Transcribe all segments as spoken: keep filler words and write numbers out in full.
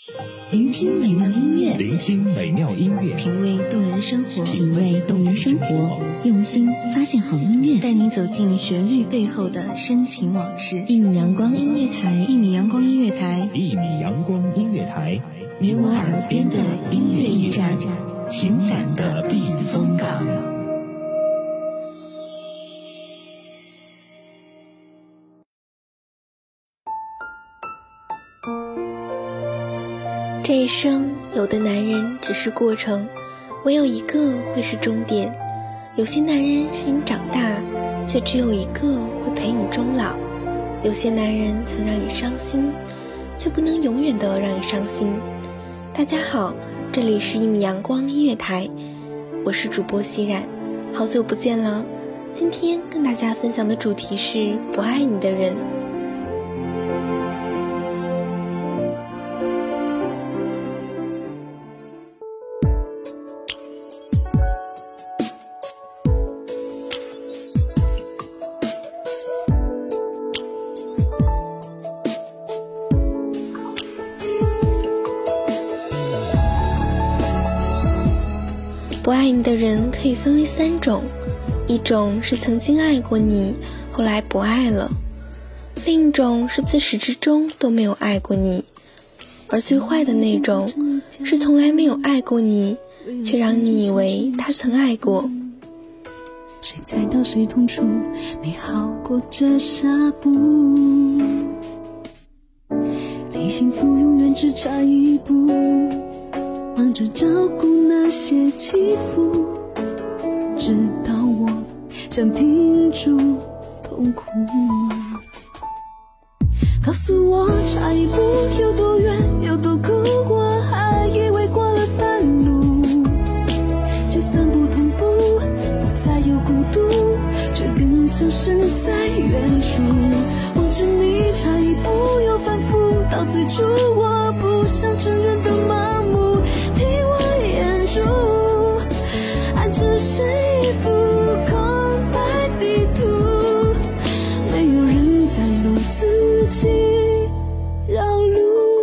聆听美妙音乐， 聆听美妙音乐， 品味动人生活， 品味动人生活，用心发现好音乐， 带你走进旋律背后的深情往事。 一米阳光音乐台， 一米阳光音乐台， 一米阳光音乐台， 你我耳边的音乐驿站，情感的避风港。 这一生，有的男人只是过程，唯有一个会是终点。有些男人使你长大，却只有一个会陪你终老。有些男人曾让你伤心，却不能永远的让你伤心。大家好，这里是一米阳光音乐台，我是主播熙冉，好久不见了。今天跟大家分享的主题是不爱你的人。不爱你的人可以分为三种，一种是曾经爱过你，后来不爱了；另一种是自始至终都没有爱过你；而最坏的那种是从来没有爱过你，却让你以为他曾爱过。 谁猜到谁痛楚，没好过这下步，离幸福永远只差一步，忙着照顾那些起伏，直到我想停住痛苦。告诉我差一步有多远有多苦，我还以为过了半路，就算不同步不再有孤独，却更像身在远处。望着你差一步又反复到最初，我不想承认的盲目替我掩住，爱只是一幅空白地图，没有人带路，自己绕路。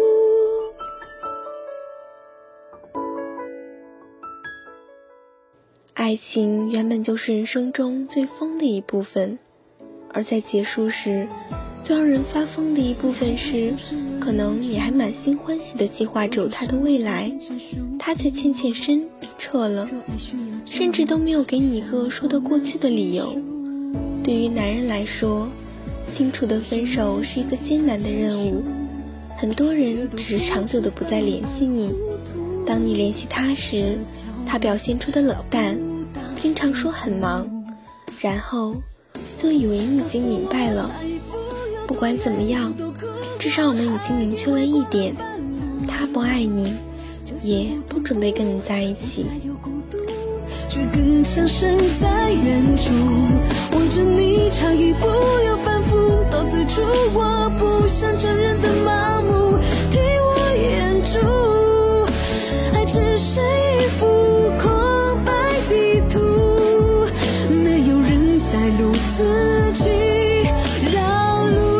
爱情原本就是人生中最疯的一部分，而在结束时最让人发疯的一部分是，可能你还满心欢喜地计划着他的未来，他却欠欠身撤了，甚至都没有给你一个说得过去的理由。对于男人来说，清楚的分手是一个艰难的任务。很多人只是长久的不再联系你，当你联系他时，他表现出的冷淡，经常说很忙，然后就以为你已经明白了。不管怎么样，至少我们已经明确了一点，他不爱你，也不准备跟你在一起。 却更像身在远处，望着你差一步又反复到最初，我不想承认的盲目替我掩住，爱只是一幅空白地图，没有人带路，自己绕路。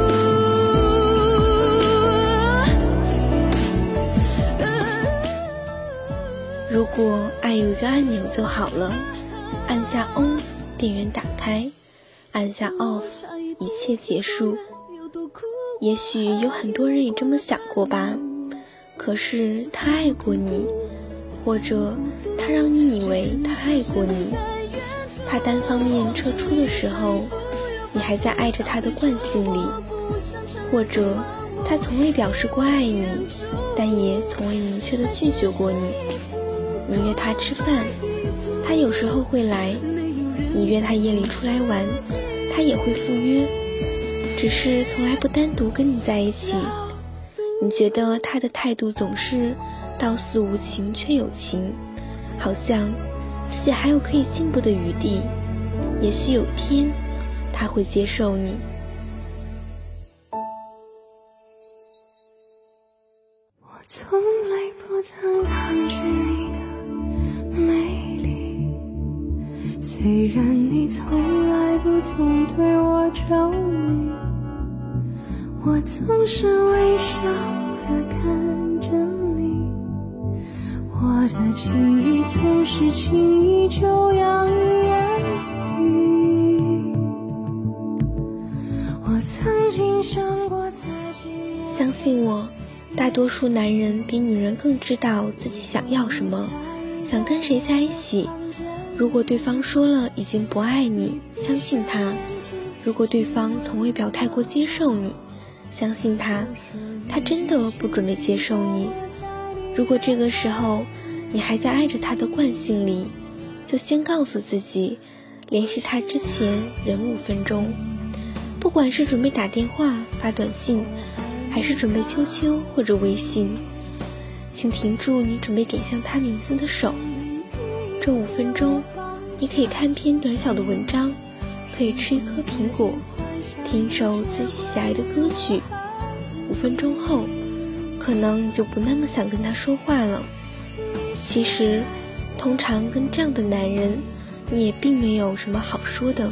如果爱有一个按钮就好了，按下 on， 电源打开，按下 off， 一切结束。也许有很多人也这么想过吧，可是他爱过你，或者他让你以为他爱过你，他单方面撤出的时候，你还在爱着他的惯性里，或者他从未表示过爱你，但也从未明确地拒绝过你。你约他吃饭，他有时候会来；你约他夜里出来玩，他也会赴约，只是从来不单独跟你在一起。你觉得他的态度总是到死无情却有情，好像自己还有可以进步的余地，也许有天他会接受你。 我从来不曾抗拒你的美丽，虽然你从来不曾对我着迷，我总是微笑地看着总是轻易就扬于眼底。我曾经想过自己， 相信我，大多数男人比女人更知道自己想要什么，想跟谁在一起。如果对方说了已经不爱你，相信他；如果对方从未表态过接受你，相信他，他真的不准备接受你。如果这个时候你还在爱着他的惯性里，就先告诉自己，联系他之前忍五分钟。不管是准备打电话发短信，还是准备 Q Q 或者微信，请停住你准备点向他名字的手。这五分钟你可以看篇短小的文章，可以吃一颗苹果，听一首自己喜爱的歌曲。五分钟后可能你就不那么想跟他说话了。其实通常跟这样的男人你也并没有什么好说的。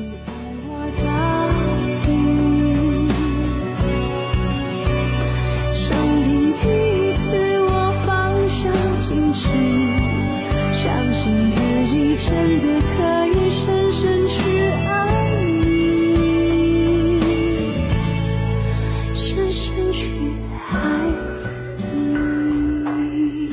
真的可以深深去爱你，深深去爱你。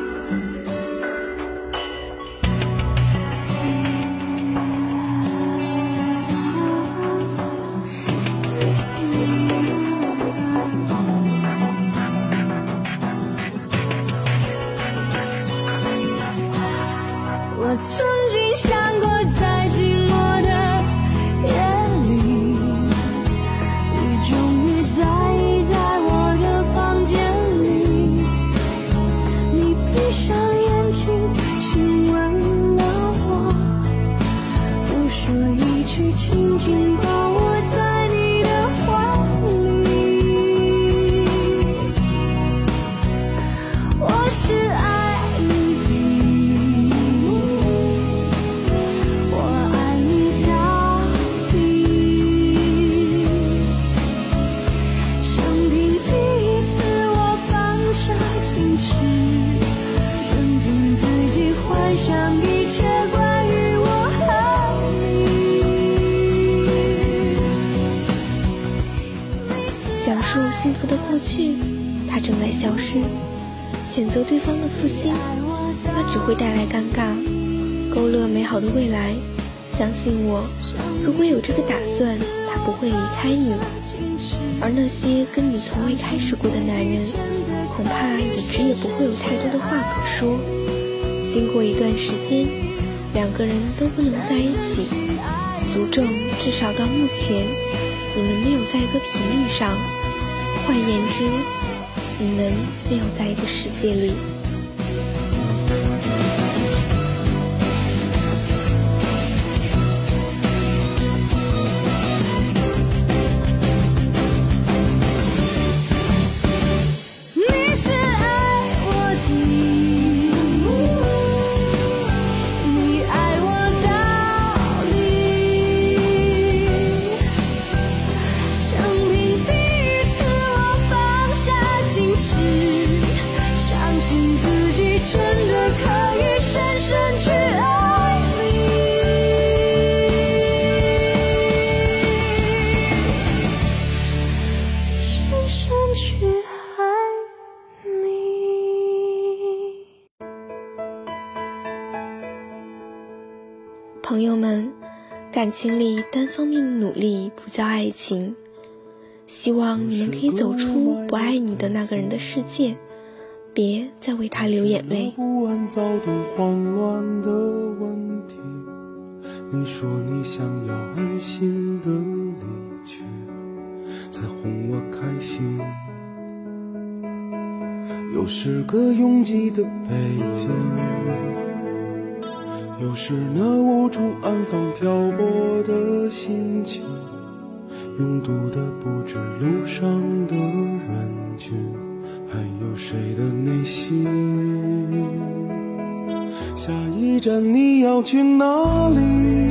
我曾经想过，在寂寞的夜里，你终于在意在我的房间里，你闭上眼睛亲吻了我，不说一句，轻轻抱我在你的怀里。我是爱你的，想一切关于我和你。 讲述幸福的过去，它正在消失；谴责对方的负心，那只会带来尴尬。勾勒美好的未来，相信我，如果有这个打算，他不会离开你。而那些跟你从未开始过的男人，恐怕一直也不会有太多的话可说。经过一段时间，两个人都不能在一起，诅咒至少到目前，你们没有在一个频率上。换言之，你们没有在一个世界里。朋友们，感情里单方面的努力不叫爱情。希望你们可以走出不爱你的那个人的世界，别再为他流眼泪。 不安躁动慌乱的问题，你说你想要安心的离去，才哄我开心。又是个拥挤的北京，又是那无处安放漂泊的心情，拥堵的不止路上的人群，还有谁的内心。下一站你要去哪里？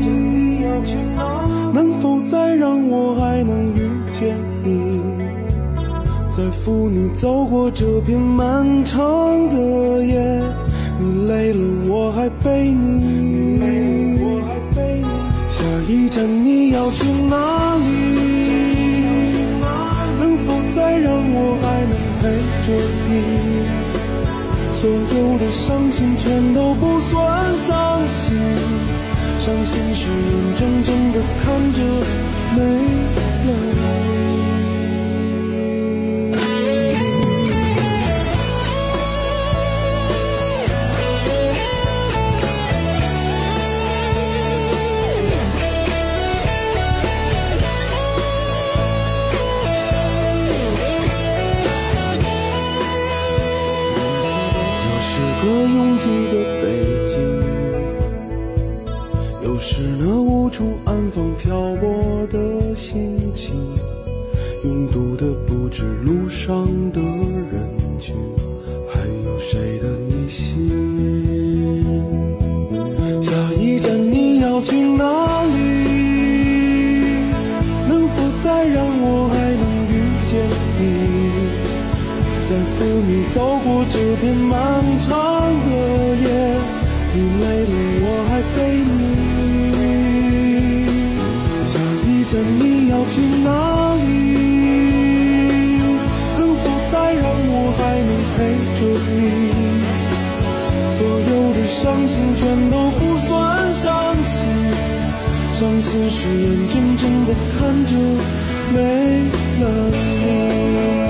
能否再让我还能遇见你，再扶你走过这片漫长的夜， 你累了我还陪你，下一站你要去哪里？能否再让我还能陪着你？所有的伤心全都不算伤心，伤心是眼睁睁地看着没了你。个拥挤的北京，又是那无处安放漂泊的心情，拥堵的不止路上的人群，还有谁的内心？下一站你要去哪里？能否再让我还能遇见你？在扶你走过这片漫长的夜，你累了我还陪你。下一站你要去哪里？能否再让我还能陪着你？所有的伤心全都不算伤心，伤心是眼睁睁地看着没了你。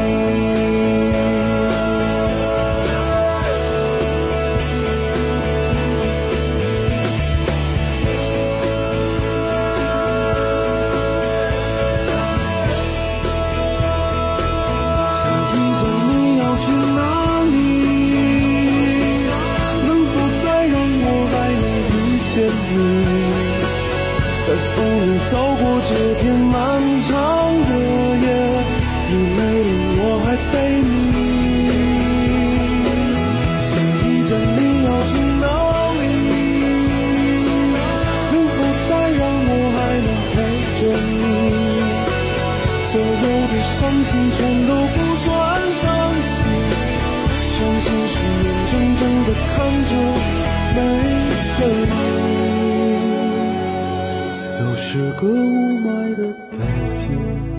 在扶你走过这片漫长的夜，你累了我还陪你。下一站你要去哪里？能否再让我还能陪着你？所有的伤心全都不算伤心，伤心是眼睁睁地看着没了你。又是个雾霾的北京。